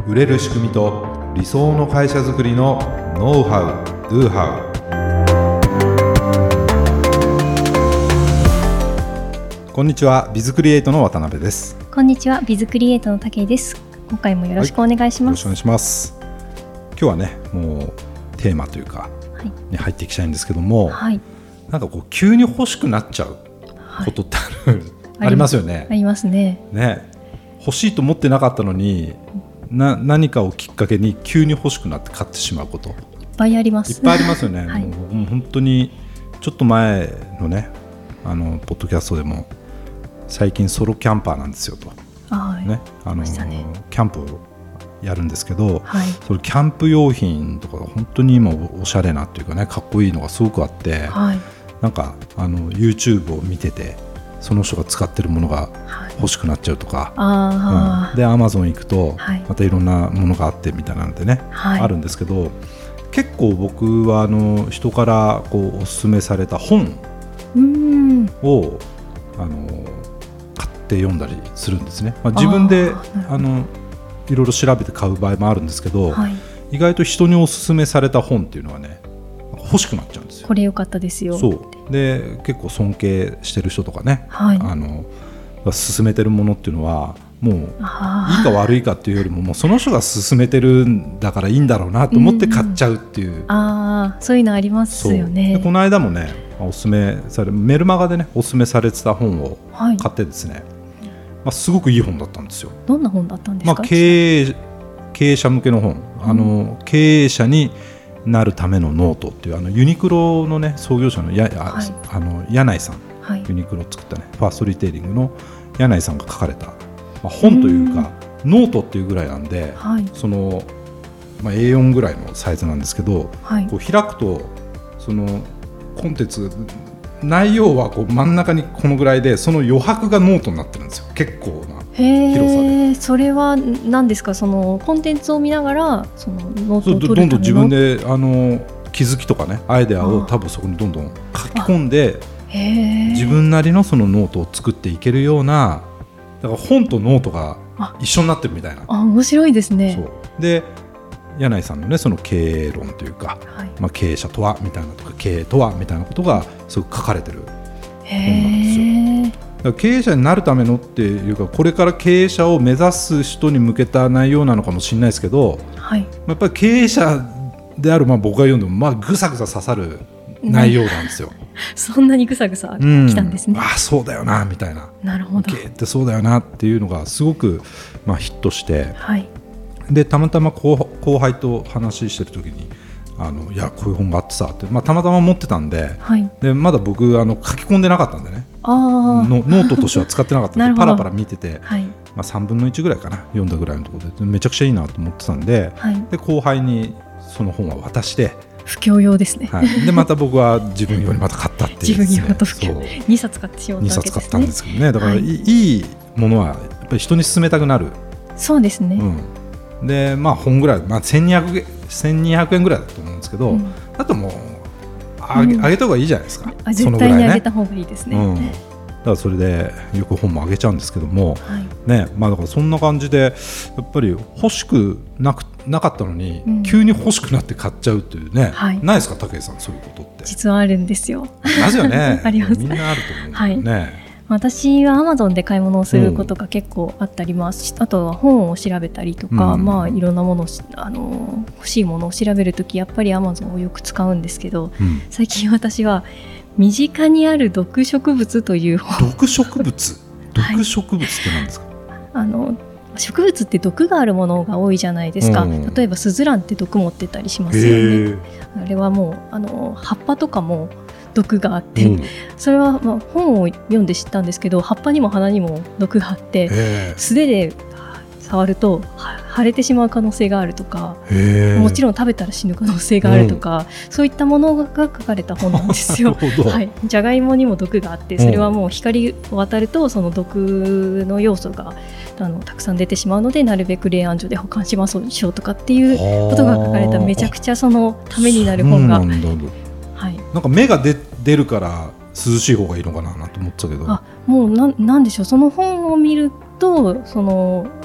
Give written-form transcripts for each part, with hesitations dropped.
売れる仕組みと理想の会社づくりのノウハウ・ドゥハウ。こんにちは、ビズクリエイトの渡辺です。 こんにちは、ビズクリエイトの武井です。今回もよろしくお願いします。 よろしくお願いします。今日はね、もうテーマというか、に入っていきたいんですけども、なんかこう急に欲しくなっちゃうことってありますよね。 ありますね。 欲しいと思ってなかったのに何かをきっかけに急に欲しくなって買ってしまうこといっぱいあります。 いっぱいありますよね。もう本当にちょっと前のね、ポッドキャストでも最近ソロキャンパーなんですよと、キャンプをやるんですけど、そのキャンプ用品とかが本当に今おしゃれなというかね、かっこいいのがすごくあって、なんかYouTube を見ててその人が使ってるものが欲しくなっちゃうとか、で Amazon 行くとまたいろんなものがあってみたいなのでね、あるんですけど、結構僕は人からこうおすすめされた本を買って読んだりするんですね。自分でいろいろ調べて買う場合もあるんですけど、意外と人におすすめされた本っていうのはね、欲しくなっちゃうんですよ。 これ良かったですよ。 そうで、結構尊敬してる人とかね、が勧めてるものっていうのはもういいか悪いかっていうよりも、もうその人が勧めてるんだからいいんだろうなと思って買っちゃうっていう、 そういうのありますよね。 でこの間もね、おすすめされメルマガでねおすすめされてた本を買ってですね、すごくいい本だったんですよ。 どんな本だったんですか？ 経営者向けの本、経営者になるためのノートっていうユニクロのね創業者の柳井さん、ユニクロを作ったねファーストリテイリングの柳井さんが書かれた、本というかノートっていうぐらいなんで、その、A4 ぐらいのサイズなんですけど、こう開くとそのコンテンツ内容はこう真ん中にこのぐらいで、その余白がノートになってるんですよ。結構な広さで。 それは何ですか？そのコンテンツを見ながらそのノートを取るための、 どんどん自分で気づきとかね、アイデアを多分そこにどんどん書き込んで、自分なりのそのノートを作っていけるような、だから本とノートが一緒になってるみたいな。 面白いですね。 そうで、柳井さんのねその経営論というか、経営者とはみたいなとか経営とはみたいなことがすごく書かれてる本なんですよ。だから経営者になるためのっていうか、これから経営者を目指す人に向けた内容なのかもしれないですけど、やっぱり経営者である僕が読んでもぐさぐさ刺さる内容なんですよ。 そんなにぐさぐさきたんですね。 そうだよなみたいな。 なるほど。 経営ってそうだよなっていうのがすごくヒットして、でたまたま後輩と話してる時にいやこういう本があってさって、たまたま持ってたんで、でまだ僕書き込んでなかったんでね、ノートとしては使ってなかったんでパラパラ見てて、3分の1ぐらいかな読んだぐらいのところでめちゃくちゃいいなと思ってたんで、で後輩にその本は渡して、 不況用ですね。 でまた僕は自分用にまた買ったっていう、 自分用と不況2冊買ってしまったわけですね。2冊買ったんですけどね。だから、いいものはやっぱり人に勧めたくなる。そうですね。で本ぐらい、1200円ぐらいだと思うんですけど、あともうあげた方がいいじゃないですか。 絶対にあげた方がいいですね。 だからそれでよく本もあげちゃうんですけども、だからそんな感じでやっぱり欲しくなかったのに、急に欲しくなって買っちゃうっていうね、ないですか武井さん、そういうことって。 実はあるんですよ。 ますよね。 あります。 みんなあると思うんだよね。 私は Amazon で買い物をすることが結構あったります。あとは本を調べたりとか、いろんなもの欲しいものを調べるときやっぱり Amazon をよく使うんですけど、最近私は身近にある毒植物という本。 毒植物って何ですか？ 植物って毒があるものが多いじゃないですか。例えばスズランって毒持ってたりしますよね。あれはもう葉っぱとかも毒があって、それは本を読んで知ったんですけど、葉っぱにも花にも毒があって、素手で触ると腫れてしまう可能性があるとか、もちろん食べたら死ぬ可能性があるとか、そういったものが書かれた本なんですよ。じゃがいもにも毒があって、それはもう光を当たるとその毒の要素がたくさん出てしまうので、なるべく冷暗所で保管しましょうとかっていうことが書かれた、めちゃくちゃそのためになる本が。 なんか芽が出るから涼しい方がいいのかなと思ってたけど、 もうなんでしょう、その本を見るとその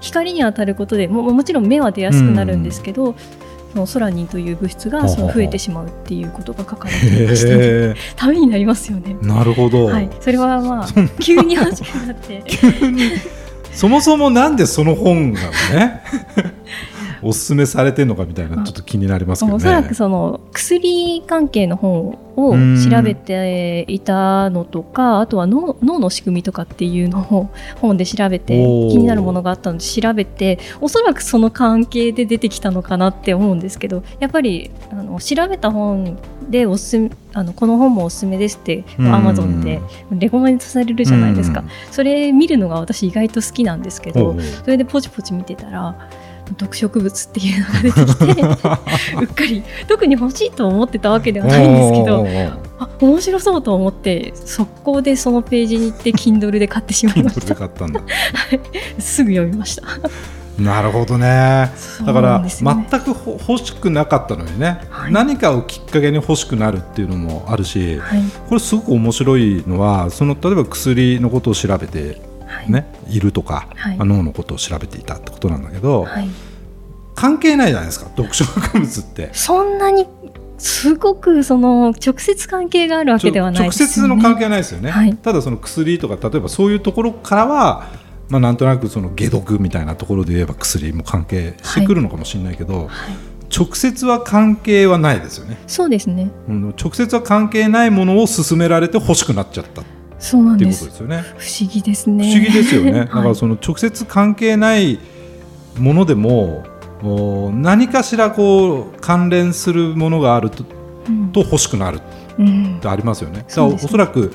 光に当たることで もちろん目は出やすくなるんですけど、そのソラニンという物質がその増えてしまうっていうことが書かれていましたね。ためになりますよね。 なるほど、 はい、それはまあ急に欲しくなって急にそもそもなんでその本がねおすすめされてるのかみたいなちょっと気になりますけどね。 おそらくその薬関係の本を調べていたのとか、あとは脳の仕組みとかっていうのを本で調べて、気になるものがあったので調べて、おそらくその関係で出てきたのかなって思うんですけど、やっぱり調べた本でこの本もおすすめですってAmazonでレコメントされるじゃないですか。それ見るのが私意外と好きなんですけど、それでポチポチ見てたら読植物っていうのが出てきてうっかり特に欲しいと思ってたわけではないんですけど、面白そうと思って速攻でそのページに行って Kindle で買ってしまいました。 買ったんだすぐ読みました。 なるほどね。だから全く欲しくなかったのにね、はい、何かをきっかけに欲しくなるっていうのもあるし、はい、これすごく面白いのは、例えば薬のことを調べてね、いるとか、はい、脳のことを調べていたってことなんだけど、はい、関係ないじゃないですか、読植物って。 そんなにすごく直接関係があるわけではないですよね。 直接の関係はないですよね、はい、ただその薬とか例えばそういうところからは、なんとなくその解毒みたいなところで言えば薬も関係してくるのかもしれないけど、はいはい、直接は関係はないですよね。 そうですね、 直接は関係ないものを勧められて欲しくなっちゃったそうなんです。 っていうことですよね。 不思議ですね。 不思議ですよね、はい、だからその直接関係ないものでも何かしら関連するものがあると欲しくなるってありますよね。だからおそらく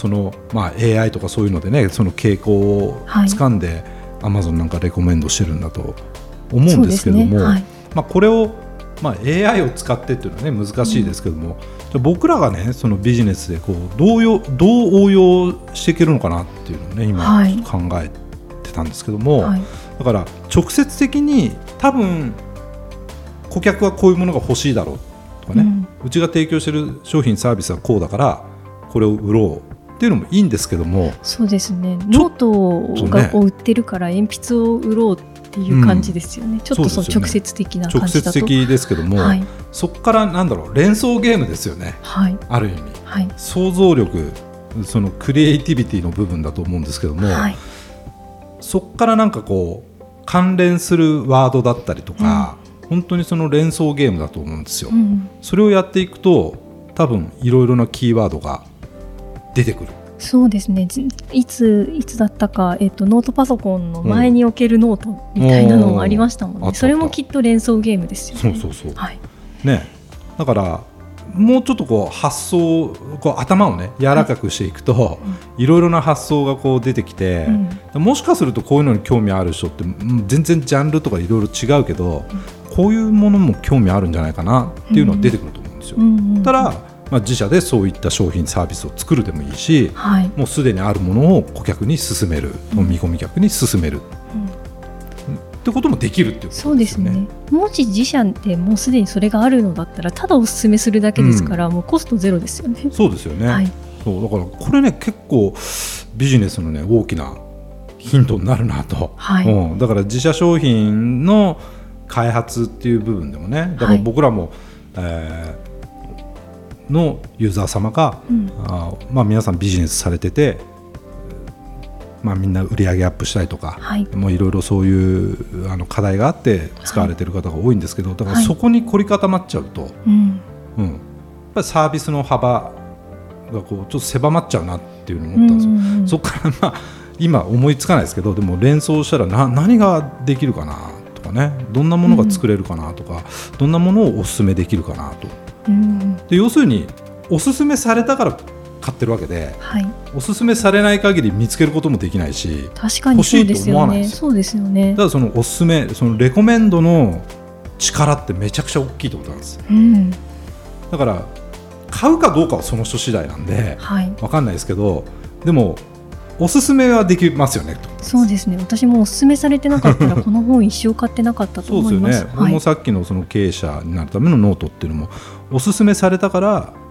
AI とかそういうのでね、その傾向を掴んで、はい、Amazon なんかレコメンドしてるんだと思うんですけども、はい、これを、AI を使ってっていうのはね難しいですけども、じゃ僕らがねそのビジネスでどう応用していけるのかなっていうのをね今考えてたんですけども、はい、だから直接的に多分顧客はこういうものが欲しいだろうとかね、うちが提供している商品サービスはこうだからこれを売ろうっていうのもいいんですけども、 そうですね、ノートを売ってるから鉛筆を売ろうっていう感じですよね、ちょっとその直接的な感じだと、 直接的ですけども、はい、そこから連想ゲームですよね、はい、ある意味、はい、想像力、そのクリエイティビティの部分だと思うんですけども、はい、そこから関連するワードだったりとか、本当にその連想ゲームだと思うんですよ、それをやっていくと多分いろいろなキーワードが出てくる。 そうですね、いつだったか、ノートパソコンの前に置けるノートみたいなのもありましたもんね。それもきっと連想ゲームですよね。 そう、はいね、だからもうちょっと発想頭をね柔らかくしていくと、いろいろな発想が出てきて、もしかするとこういうのに興味ある人って全然ジャンルとかいろいろ違うけど、こういうものも興味あるんじゃないかなっていうのは出てくると思うんですよ。ただ自社でそういった商品サービスを作るでもいいし、はい、もうすでにあるものを顧客に勧める、見込み客に勧める、ってこともできるっていうことですよね。そうですね。 もし自社でもうすでにそれがあるのだったらただお勧めするだけですから、もうコストゼロですよね。 そうですよね、はい、そうだからこれね結構ビジネスのね大きなヒントになるなと、はい、だから自社商品の開発っていう部分でもね、だから僕らも、のユーザー様が、皆さんビジネスされてて、みんな売り上げアップしたりとか、はい、もういろいろそういう課題があって使われている方が多いんですけど、だからそこに凝り固まっちゃうと、やっぱりサービスの幅がちょっと狭まっちゃうなっていうのを思ったんですよ。そこから今思いつかないですけど、でも連想したら何ができるかなとかね、どんなものが作れるかなとか、どんなものをお勧めできるかなと。で要するにおすすめされたから買ってるわけで、はい、おすすめされない限り見つけることもできないし、 確かにそうですよね。そうですよね。 だからそのおすすめ、そのレコメンドの力ってめちゃくちゃ大きいってことなんです、だから買うかどうかはその人次第なんで、はい、分かんないですけど、でもおすすめはできますよねと。 そうですね、私もおすすめされてなかったらこの本一生買ってなかったと思います。 そうですよね、僕もさっきのその経営者になるためのノートっていうのもおすすめされたから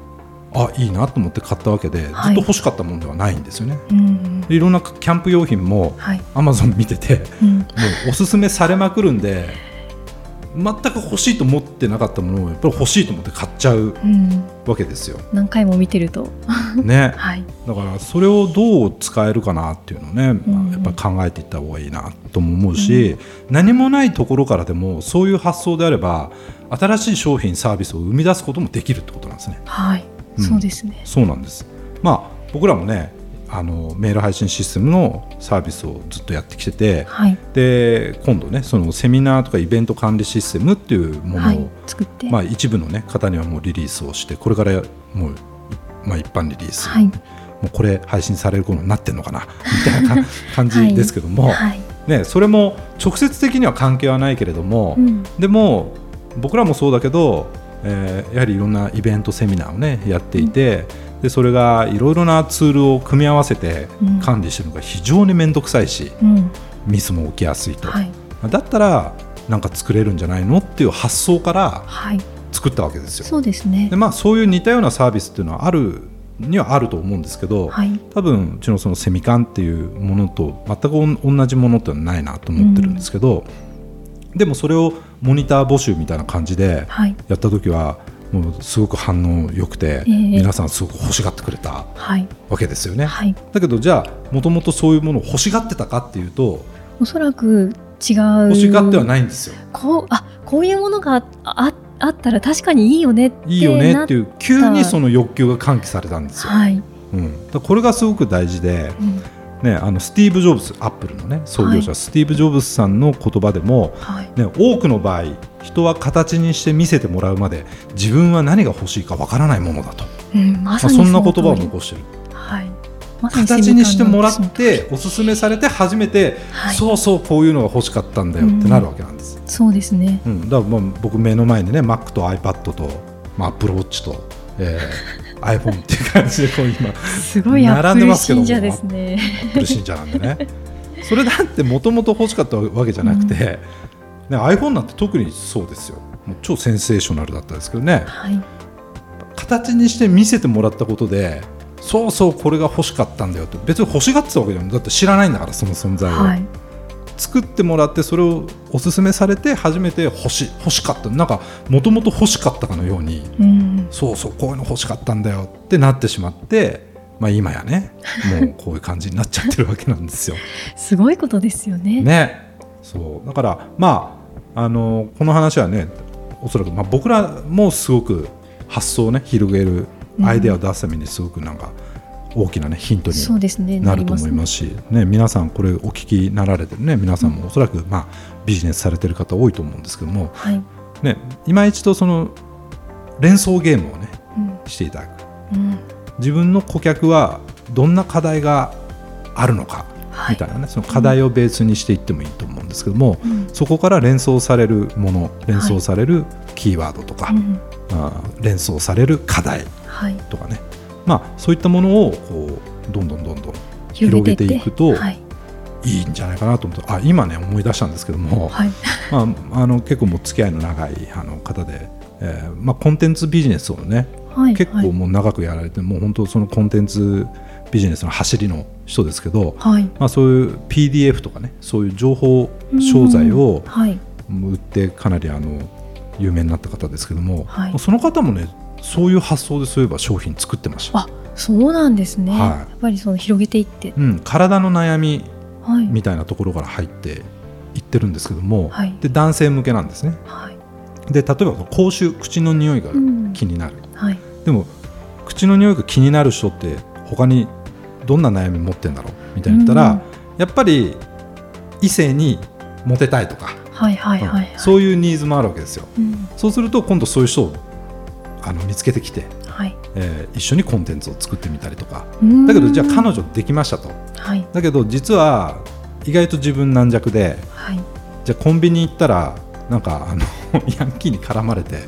いいなと思って買ったわけで、ずっと欲しかったものではないんですよね。でいろんなキャンプ用品も Amazon 見てて、もうおすすめされまくるんで、全く欲しいと思ってなかったものをやっぱり欲しいと思って買っちゃうわけですよ。 何回も見てるとね、だからそれをどう使えるかなっていうのをね、やっぱり考えていった方がいいなとも思うし、何もないところからでもそういう発想であれば新しい商品サービスを生み出すこともできるってことなんですね。 そうですね。 そうなんです。僕らもね、メール配信システムのサービスをずっとやってきてて、で今度ね、そのセミナーとかイベント管理システムっていうものを、 作って、 一部の、ね、方にはもうリリースをして、これからもう、一般リリース、もうこれ配信されることになってるのかなみたいな感じですけども、ね、それも直接的には関係はないけれども、でも僕らもそうだけど、やはりいろんなイベントセミナーを、ね、やっていて、でそれがいろいろなツールを組み合わせて管理しているのが非常に面倒くさいし、ミスも起きやすいと、だったらなんか作れるんじゃないのっていう発想から作ったわけですよ。 そうですね。 で、そういう似たようなサービスっていうのはあるにはあると思うんですけど、多分うちのそのセミカンっていうものと全く同じものってのはないなと思ってるんですけど、でもそれをモニター募集みたいな感じでやった時はもうすごく反応良くて、皆さんすごく欲しがってくれたわけですよね。だけどじゃあもともとそういうものを欲しがってたかっていうと、 おそらく違う、 欲しがってはないんですよ。 こういうものがあったら確かにいいよねっていう急にその欲求が喚起されたんですよ。だこれがすごく大事で、スティーブ・ジョブズ、アップルの、ね、創業者、スティーブ・ジョブズさんの言葉でも、多くの場合人は形にして見せてもらうまで自分は何が欲しいかわからないものだと、そんな言葉を残している。形にしてもらっておすすめされて初めて、そうそうこういうのが欲しかったんだよってなるわけなんです。 そうですね。 だから僕目の前にね Mac と iPad と、Apple Watch と、iPhone っていう感じで今すごい並んでますけども、 アップル信者ですね。 アップル信者なんでねそれだってもともと欲しかったわけじゃなくて、iPhone なんて特にそうですよ。もう超センセーショナルだったんですけどね、形にして見せてもらったことで、そうそうこれが欲しかったんだよって、別に欲しがってたわけじゃない。だって知らないんだから、その存在を、作ってもらってそれをおすすめされて初めて欲しかった、なんかもともと欲しかったかのように、そうそうこういうの欲しかったんだよってなってしまって、今やねもうこういう感じになっちゃってるわけなんですよすごいことですよね。 そうだからこの話はね、おそらく僕らもすごく発想をね広げるアイデアを出すためにすごくなんか大きな、ね、ヒントになると思いますし、皆さんこれお聞きになられてる、ね、皆さんもおそらく、ビジネスされてる方多いと思うんですけども、今一度その連想ゲームを、ねしていただく、自分の顧客はどんな課題があるのかみたいな、ね、その課題をベースにしていってもいいと思うんですけども、そこから連想されるもの、連想されるキーワードとか、連想される課題とかね、そういったものをこうどんどん広げていくといいんじゃないかなと思って、今ね思い出したんですけども、結構もう付き合いの長い方で、コンテンツビジネスをね、結構もう長くやられて、もう本当そのコンテンツビジネスの走りの人ですけど、そういう PDF とかね、そういう情報商材を売ってかなり有名になった方ですけども、その方もねそういう発想でそういえば商品作ってました。 そうなんですね、やっぱりその広げていって、 体の悩みみたいなところから入っていってるんですけども、で男性向けなんですね、で例えば口臭、口の匂いが気になる、でも口の匂いが気になる人って他にどんな悩み持ってんだろうみたいに言ったら、やっぱり異性にモテたいとか、そういうニーズもあるわけですよ、そうすると今度そういう人を見つけてきて、一緒にコンテンツを作ってみたりとか、だけどじゃあ彼女できましたと、だけど実は意外と自分軟弱で、じゃあコンビニ行ったらなんかヤンキーに絡まれて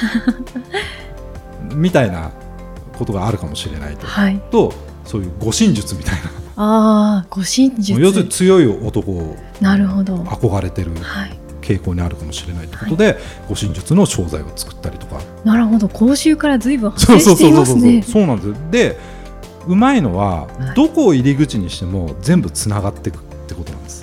みたいなことがあるかもしれないと、とそういう護身術みたいな、 護身術、 要するに強い男をなるほど憧れてる、 傾向にあるかもしれないということで、護身術の商材を作ったりとか。 なるほど、講習から随分発生していますね。 そうなんですよ。でうまいのは、どこを入り口にしても全部つながっていくってことなんです。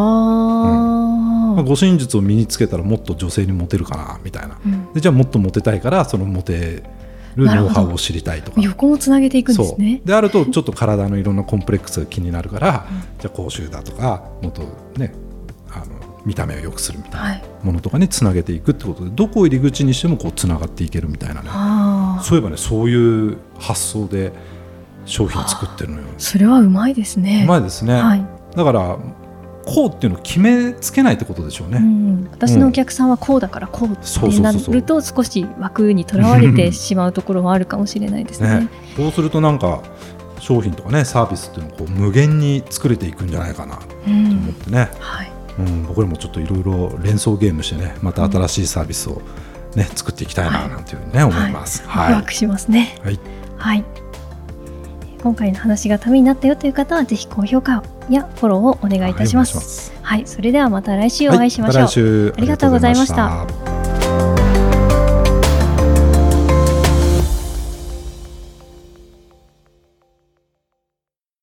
護身術を身につけたらもっと女性にモテるかなみたいな、でじゃあもっとモテたいからそのモテるノウハウを知りたいとか、 横もつなげていくんですね。 であるとちょっと体のいろんなコンプレックスが気になるから、じゃあ口臭だとかもっとね見た目を良くするみたいなものとかにつなげていくってことで、どこを入り口にしてもこうつながっていけるみたいなね。そういえばね、そういう発想で商品作ってるのよ。 それはうまいですね。 うまいですね、だからこうっていうのを決めつけないってことでしょうね。 私のお客さんはこうだからこうってなると少し枠にとらわれてしまうところはあるかもしれないですね。 そうするとなんか商品とかねサービスっていうのをこう無限に作れていくんじゃないかなと思ってね、僕らもちょっといろいろ連想ゲームしてね、また新しいサービスをね作っていきたいななんていうふうにね思います。 ワクワクしますね。今回の話がためになったよという方はぜひ高評価やフォローをお願いいたします。それではまた来週お会いしましょう。ありがとうございました。